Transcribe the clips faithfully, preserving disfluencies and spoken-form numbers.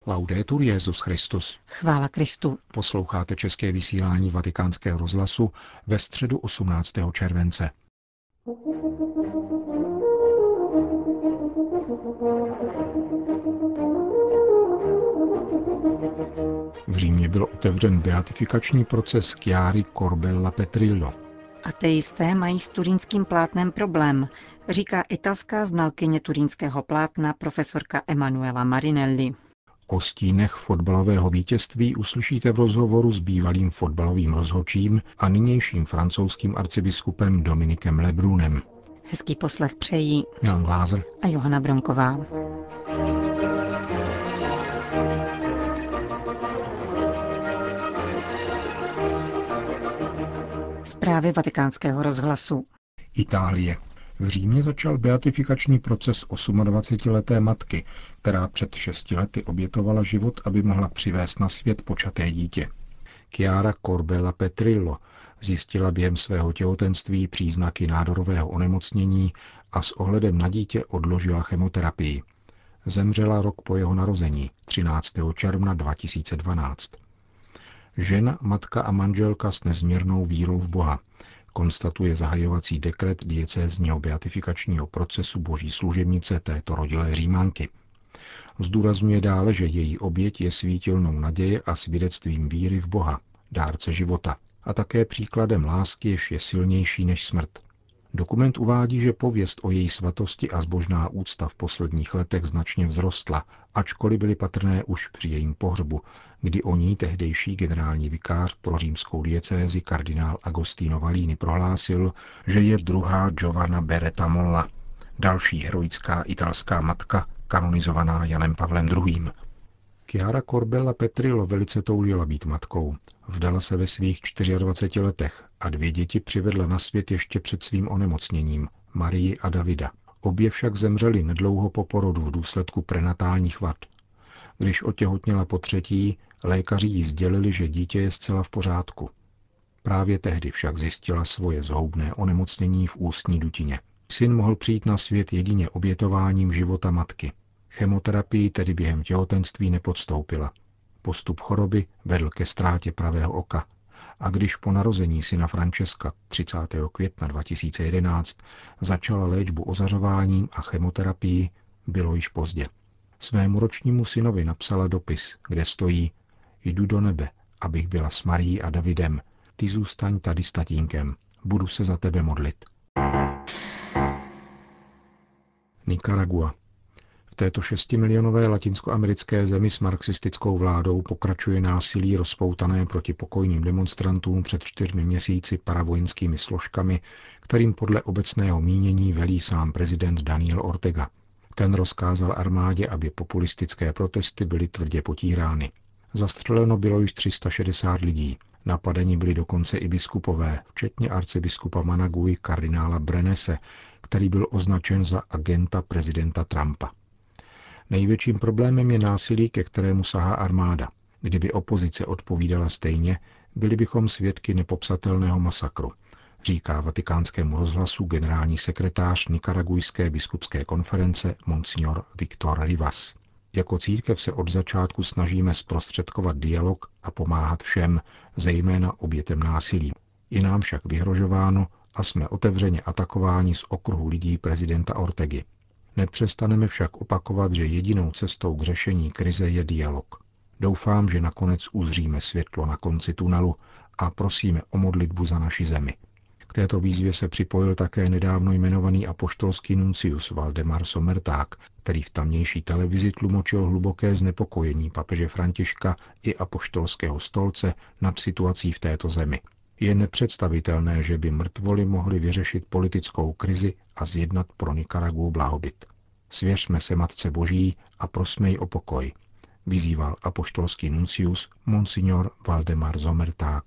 Laudetur Jesus Christus. Chvála Kristu. Posloucháte české vysílání Vatikánského rozhlasu ve středu osmnáctého července. V Římě byl otevřen beatifikační proces Chiary Corbella Petrillo. Ateisté mají s turínským plátnem problém, říká italská znalkyně turínského plátna profesorka Emanuela Marinelli. O stínech fotbalového vítězství uslyšíte v rozhovoru s bývalým fotbalovým rozhodčím a nynějším francouzským arcibiskupem Dominikem Lebrunem. Hezký poslech přejí Milan Glázer a Johana Bronková. Zprávy Vatikánského rozhlasu. Itálie. V Římě začal beatifikační proces osmadvacetileté matky, která před šesti lety obětovala život, aby mohla přivést na svět počaté dítě. Chiara Corbella Petrillo zjistila během svého těhotenství příznaky nádorového onemocnění a s ohledem na dítě odložila chemoterapii. Zemřela rok po jeho narození, třináctého června dva tisíce dvanáct. Žena, matka a manželka s nezměrnou vírou v Boha, konstatuje zahajovací dekret diecézního beatifikačního procesu boží služebnice této rodilé Římanky. Zdůrazňuje dále, že její oběť je svítilnou naděje a svědectvím víry v Boha, dárce života, a také příkladem lásky, jež je silnější než smrt. Dokument uvádí, že pověst o její svatosti a zbožná úcta v posledních letech značně vzrostla, ačkoliv byly patrné už při jejím pohřbu, kdy o ní tehdejší generální vikář pro římskou diecézi kardinál Agostino Valini prohlásil, že je druhá Giovanna Beretta Molla, další heroická italská matka, kanonizovaná Janem Pavlem druhým. Chiara Corbella Petrillo velice toužila být matkou. Vdala se ve svých dvaceti čtyřech letech a dvě děti přivedla na svět ještě před svým onemocněním, Marii a Davida. Obě však zemřely nedlouho po porodu v důsledku prenatálních vad. Když otěhotněla po třetí, lékaři jí sdělili, že dítě je zcela v pořádku. Právě tehdy však zjistila svoje zhoubné onemocnění v ústní dutině. Syn mohl přijít na svět jedině obětováním života matky. Chemoterapii tedy během těhotenství nepodstoupila. Postup choroby vedl ke ztrátě pravého oka a když po narození syna Francesca třicátého května dva tisíce jedenáct začala léčbu ozařováním a chemoterapii, bylo již pozdě. Svému ročnímu synovi napsala dopis, kde stojí: Jdu do nebe, abych byla s Marií a Davidem, ty zůstaň tady s tatínkem, budu se za tebe modlit. Nikaragua. V této šestimilionové latinskoamerické zemi s marxistickou vládou pokračuje násilí rozpoutané proti pokojným demonstrantům před čtyřmi měsíci paravojenskými složkami, kterým podle obecného mínění velí sám prezident Daniel Ortega. Ten rozkázal armádě, aby populistické protesty byly tvrdě potírány. Zastřeleno bylo již tři sta šedesát lidí. Napadeni byli dokonce i biskupové, včetně arcibiskupa Managuy kardinála Brenese, který byl označen za agenta prezidenta Trumpa. Největším problémem je násilí, ke kterému sahá armáda. Kdyby opozice odpovídala stejně, byli bychom svědky nepopsatelného masakru, říká Vatikánskému rozhlasu generální sekretář Nikaragujské biskupské konference Monsignor Victor Rivas. Jako církev se od začátku snažíme zprostředkovat dialog a pomáhat všem, zejména obětem násilí. Je nám však vyhrožováno a jsme otevřeně atakováni z okruhu lidí prezidenta Ortegy. Nepřestaneme však opakovat, že jedinou cestou k řešení krize je dialog. Doufám, že nakonec uzříme světlo na konci tunelu a prosíme o modlitbu za naši zemi. K této výzvě se připojil také nedávno jmenovaný apoštolský nuncius Valdemar Sommertag, který v tamnější televizi tlumočil hluboké znepokojení papeže Františka i apoštolského stolce nad situací v této zemi. Je nepředstavitelné, že by mrtvoly mohly vyřešit politickou krizi a zjednat pro Nikaragu blahobyt. Svěřme se Matce Boží a prosme ji o pokoj, vyzýval apoštolský nuncius Monsignor Valdemar Sommertag.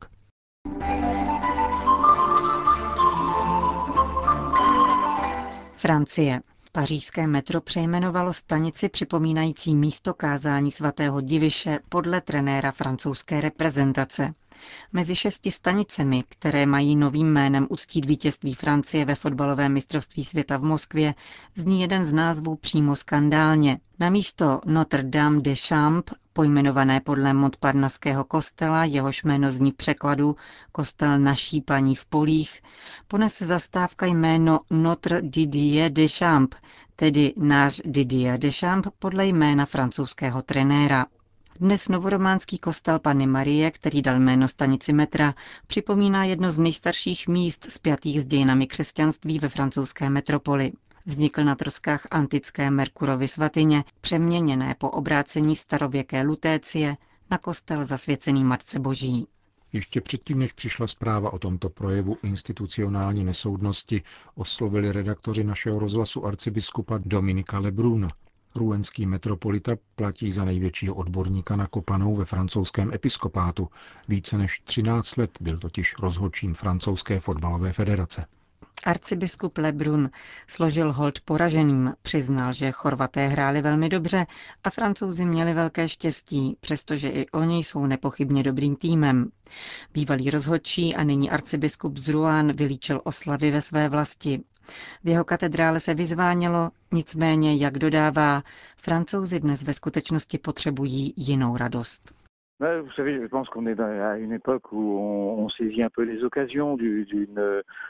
Francie. Pařížské metro přejmenovalo stanici připomínající místo kázání svatého Diviše podle trenéra francouzské reprezentace. Mezi šesti stanicemi, které mají novým jménem uctít vítězství Francie ve fotbalovém mistrovství světa v Moskvě, zní jeden z názvů přímo skandálně. Namísto Notre Dame des Champs, pojmenované podle montparnaského kostela, jehož jméno zní v překladu Kostel naší paní v polích, ponese zastávka jméno Notre Didier des Champs, tedy náš Didier Deschamps podle jména francouzského trenéra. Dnes novorománský kostel Panny Marie, který dal jméno stanici metra, připomíná jedno z nejstarších míst spjatých s dějinami křesťanství ve francouzské metropoli. Vznikl na troskách antické Merkurovy svatyně, přeměněné po obrácení starověké Lutécie na kostel zasvěcený Matce Boží. Ještě předtím, než přišla zpráva o tomto projevu institucionální nesoudnosti, oslovili redaktoři našeho rozhlasu arcibiskupa Dominika Lebruna. Rouenský metropolita platí za největšího odborníka na kopanou ve francouzském episkopátu. Více než třináct let byl totiž rozhodčím francouzské fotbalové federace. Arcibiskup Lebrun složil hold poraženým, přiznal, že Chorvaté hráli velmi dobře a Francouzi měli velké štěstí, přestože i oni jsou nepochybně dobrým týmem. Bývalý rozhodčí a nyní arcibiskup z Rouen vylíčil oslavy ve své vlasti. V jeho katedrále se vyzvánělo, nicméně, jak dodává, Francouzi dnes ve skutečnosti potřebují jinou radost. Vous savez, je pense qu'on est à une époque où on saisit un peu les occasions d'une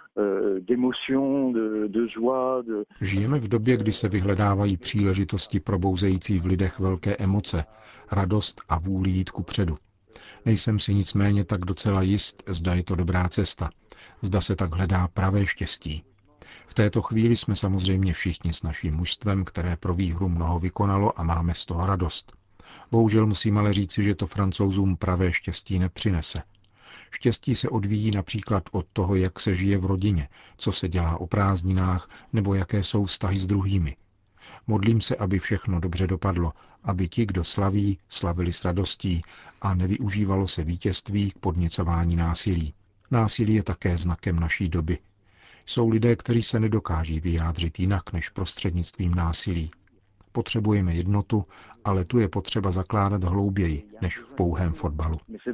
d'émotion, de, de joie, de... Žijeme v době, kdy se vyhledávají příležitosti probouzející v lidech velké emoce, radost a vůli jít kupředu. Nejsem si nicméně tak docela jist, zda je to dobrá cesta. Zda se tak hledá pravé štěstí. V této chvíli jsme samozřejmě všichni s naším mužstvem, které pro výhru mnoho vykonalo a máme z toho radost. Bohužel musím ale říci, že to Francouzům pravé štěstí nepřinese. Štěstí se odvíjí například od toho, jak se žije v rodině, co se dělá o prázdninách nebo jaké jsou vztahy s druhými. Modlím se, aby všechno dobře dopadlo, aby ti, kdo slaví, slavili s radostí a nevyužívalo se vítězství k podněcování násilí. Násilí je také znakem naší doby. Jsou lidé, kteří se nedokáží vyjádřit jinak než prostřednictvím násilí. Potřebujeme jednotu, ale tu je potřeba zakládat hlouběji než v pouhém fotbalu.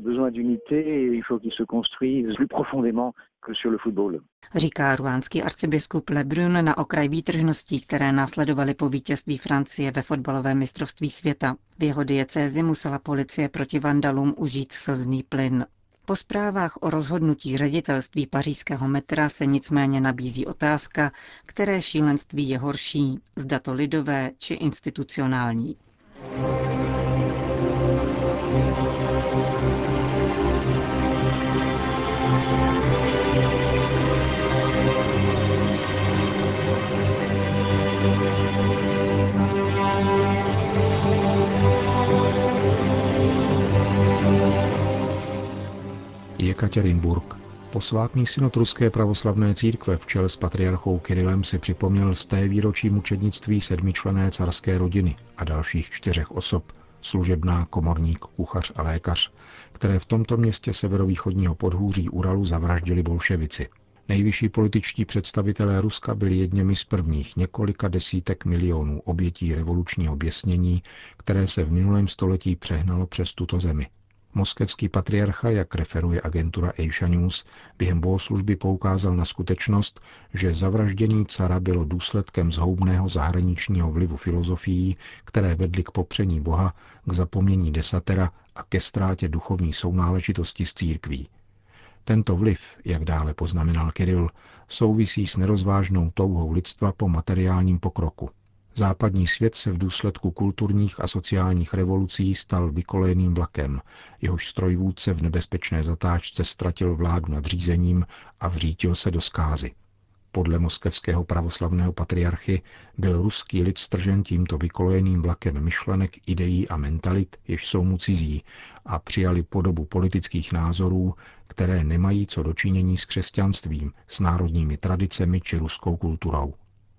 Říká ruánský arcibiskup Lebrun na okraj výtržností, které následovaly po vítězství Francie ve fotbalovém mistrovství světa. V jeho diecézi musela policie proti vandalům užít slzný plyn. Po zprávách o rozhodnutí ředitelství pařížského metra se nicméně nabízí otázka, které šílenství je horší, zda to lidové či institucionální. Jekatěrinburg. Posvátný synod ruské pravoslavné církve v čele s patriarchou Kirilem si připomněl sté výročí mučednictví sedmičlenné carské rodiny a dalších čtyřech osob, služebná, komorník, kuchař a lékař, které v tomto městě severovýchodního podhůří Uralu zavraždili bolševici. Nejvyšší političtí představitelé Ruska byli jedněmi z prvních několika desítek milionů obětí revolučního běsnění, které se v minulém století přehnalo přes tuto zemi. Moskevský patriarcha, jak referuje agentura Asia News, během bohoslužby poukázal na skutečnost, že zavraždění cara bylo důsledkem zhoubného zahraničního vlivu filozofií, které vedly k popření Boha, k zapomnění desatera a ke ztrátě duchovní sounáležitosti s církví. Tento vliv, jak dále poznamenal Kiril, souvisí s nerozvážnou touhou lidstva po materiálním pokroku. Západní svět se v důsledku kulturních a sociálních revolucí stal vykolejeným vlakem, jehož strojvůdce v nebezpečné zatáčce ztratil vládu nad řízením a vřítil se do zkázy. Podle moskevského pravoslavného patriarchy byl ruský lid stržen tímto vykolejeným vlakem myšlenek, ideí a mentalit, jež jsou mu cizí, a přijali podobu politických názorů, které nemají co dočinění s křesťanstvím, s národními tradicemi či ruskou kulturou.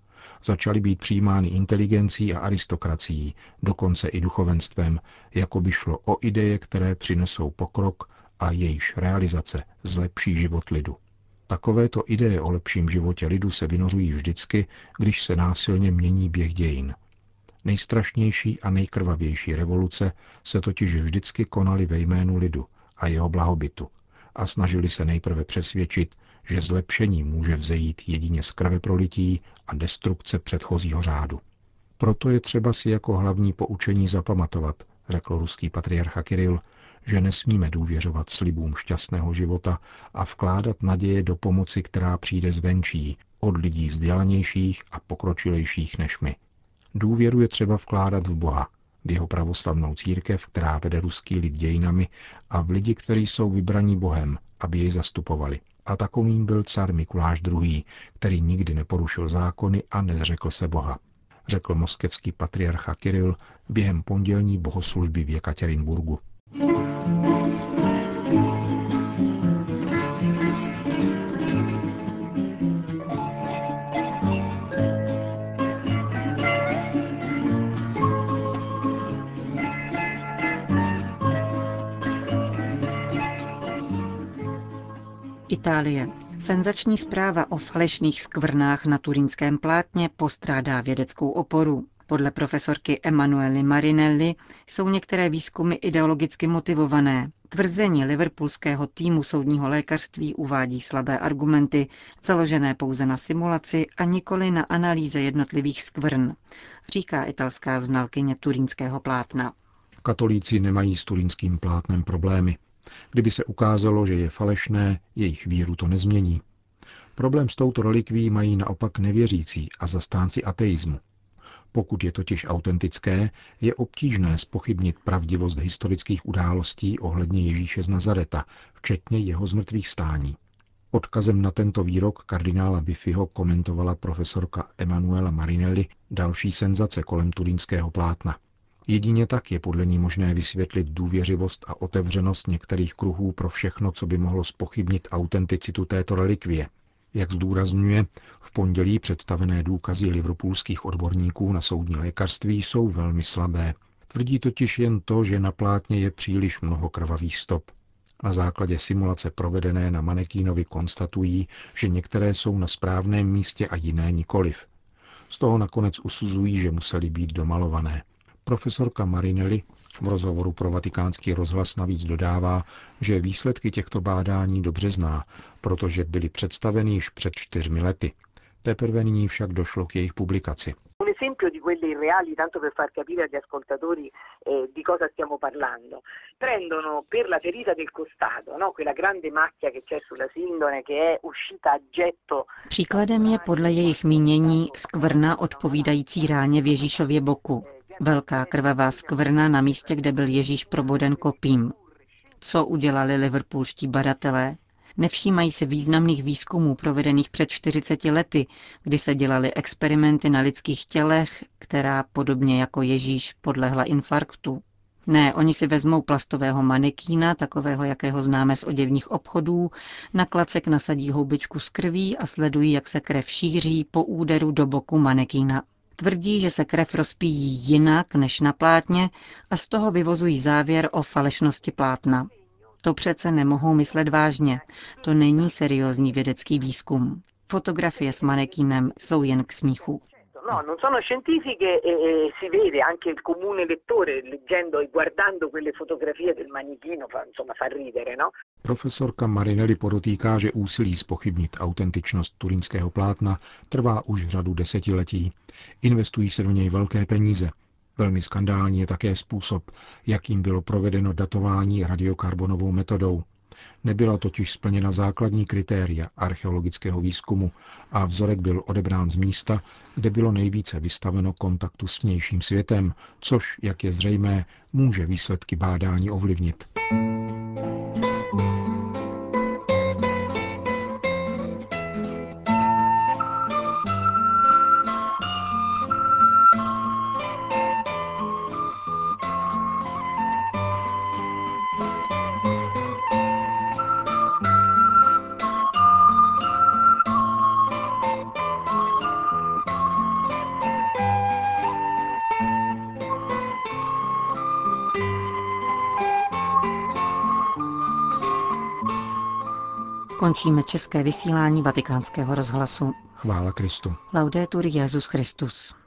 Začaly být přijímány inteligencí a aristokracií, dokonce i duchovenstvem, jako by šlo o ideje, které přinesou pokrok a jejichž realizace zlepší život lidu. Takovéto ideje o lepším životě lidu se vynořují vždycky, když se násilně mění běh dějin. Nejstrašnější a nejkrvavější revoluce se totiž vždycky konaly ve jménu lidu a jeho blahobytu, a snažili se nejprve přesvědčit, že zlepšení může vzejít jedině z krveprolití a destrukce předchozího řádu. Proto je třeba si jako hlavní poučení zapamatovat, řekl ruský patriarcha Kiril, že nesmíme důvěřovat slibům šťastného života a vkládat naděje do pomoci, která přijde zvenčí, od lidí vzdělanějších a pokročilejších než my. Důvěru je třeba vkládat v Boha, v jeho pravoslavnou církev, která vede ruský lid dějinami, a v lidi, kteří jsou vybraní Bohem, aby jej zastupovali. A takovým byl car Mikuláš druhý., který nikdy neporušil zákony a nezřekl se Boha, řekl moskevský patriarcha Kiril během pondělní bohoslužby v Jekatěrinburgu. Itálie. Senzační zpráva o falešných skvrnách na turínském plátně postrádá vědeckou oporu. Podle profesorky Emanuely Marinelli jsou některé výzkumy ideologicky motivované. Tvrzení liverpoolského týmu soudního lékařství uvádí slabé argumenty, založené pouze na simulaci a nikoli na analýze jednotlivých skvrn, říká italská znalkyně turínského plátna. Katolíci nemají s turínským plátnem problémy. Kdyby se ukázalo, že je falešné, jejich víru to nezmění. Problém s touto relikví mají naopak nevěřící a zastánci ateismu. Pokud je totiž autentické, je obtížné zpochybnit pravdivost historických událostí ohledně Ježíše z Nazareta, včetně jeho zmrtvýchvstání. Odkazem na tento výrok kardinála Biffiho komentovala profesorka Emanuela Marinelli další senzace kolem turínského plátna. Jedině tak je podle ní možné vysvětlit důvěřivost a otevřenost některých kruhů pro všechno, co by mohlo zpochybnit autenticitu této relikvie. Jak zdůrazňuje, v pondělí představené důkazy liverpoolských odborníků na soudní lékařství jsou velmi slabé. Tvrdí totiž jen to, že na plátně je příliš mnoho krvavých stop. Na základě simulace provedené na manekínovi konstatují, že některé jsou na správném místě a jiné nikoliv. Z toho nakonec usuzují, že musely být domalované. Profesorka Marinelli v rozhovoru pro Vatikánský rozhlas navíc dodává, že výsledky těchto bádání dobře zná, protože byly představeny již před čtyřmi lety. Teprve nyní však došlo k jejich publikaci. Un esempio di quelli irreali, tanto per far capire agli ascoltatori eh, di cosa stiamo parlando. Prendono per la ferita del costato, no? Quella grande macchia che c'è sulla sindone che è uscita a getto. Příkladem je podle jejich mínění skvrna odpovídající ráně v Ježíšově boku. Velká krvavá skvrna na místě, kde byl Ježíš proboden kopím. Co udělali liverpoolští badatelé? Nevšímají se významných výzkumů provedených před čtyřiceti lety, kdy se dělaly experimenty na lidských tělech, která podobně jako Ježíš podlehla infarktu. Ne, oni si vezmou plastového manekína, takového, jakého známe z oděvních obchodů, na klacek nasadí houbičku s krví a sledují, jak se krev šíří po úderu do boku manekína. Tvrdí, že se krev rozpíjí jinak než na plátně a z toho vyvozují závěr o falešnosti plátna. To přece nemohou myslet vážně. To není seriózní vědecký výzkum. Fotografie s manekínem jsou jen k smíchu. No, non sono scientifiche e, e si vede anche il comune lettore leggendo e guardando quelle fotografie del manichino, fa, insomma fa ridere, no? Profesorka Marinelli podotýká, že úsilí zpochybnit autentičnost turínského plátna trvá už řadu desetiletí. Investují se do něj velké peníze. Velmi skandální je také způsob, jakým bylo provedeno datování radiokarbonovou metodou. Nebyla totiž splněna základní kritéria archeologického výzkumu a vzorek byl odebrán z místa, kde bylo nejvíce vystaveno kontaktu s vnějším světem, což, jak je zřejmé, může výsledky bádání ovlivnit. Končíme české vysílání Vatikánského rozhlasu. Chvála Kristu. Laudetur Jesus Christus.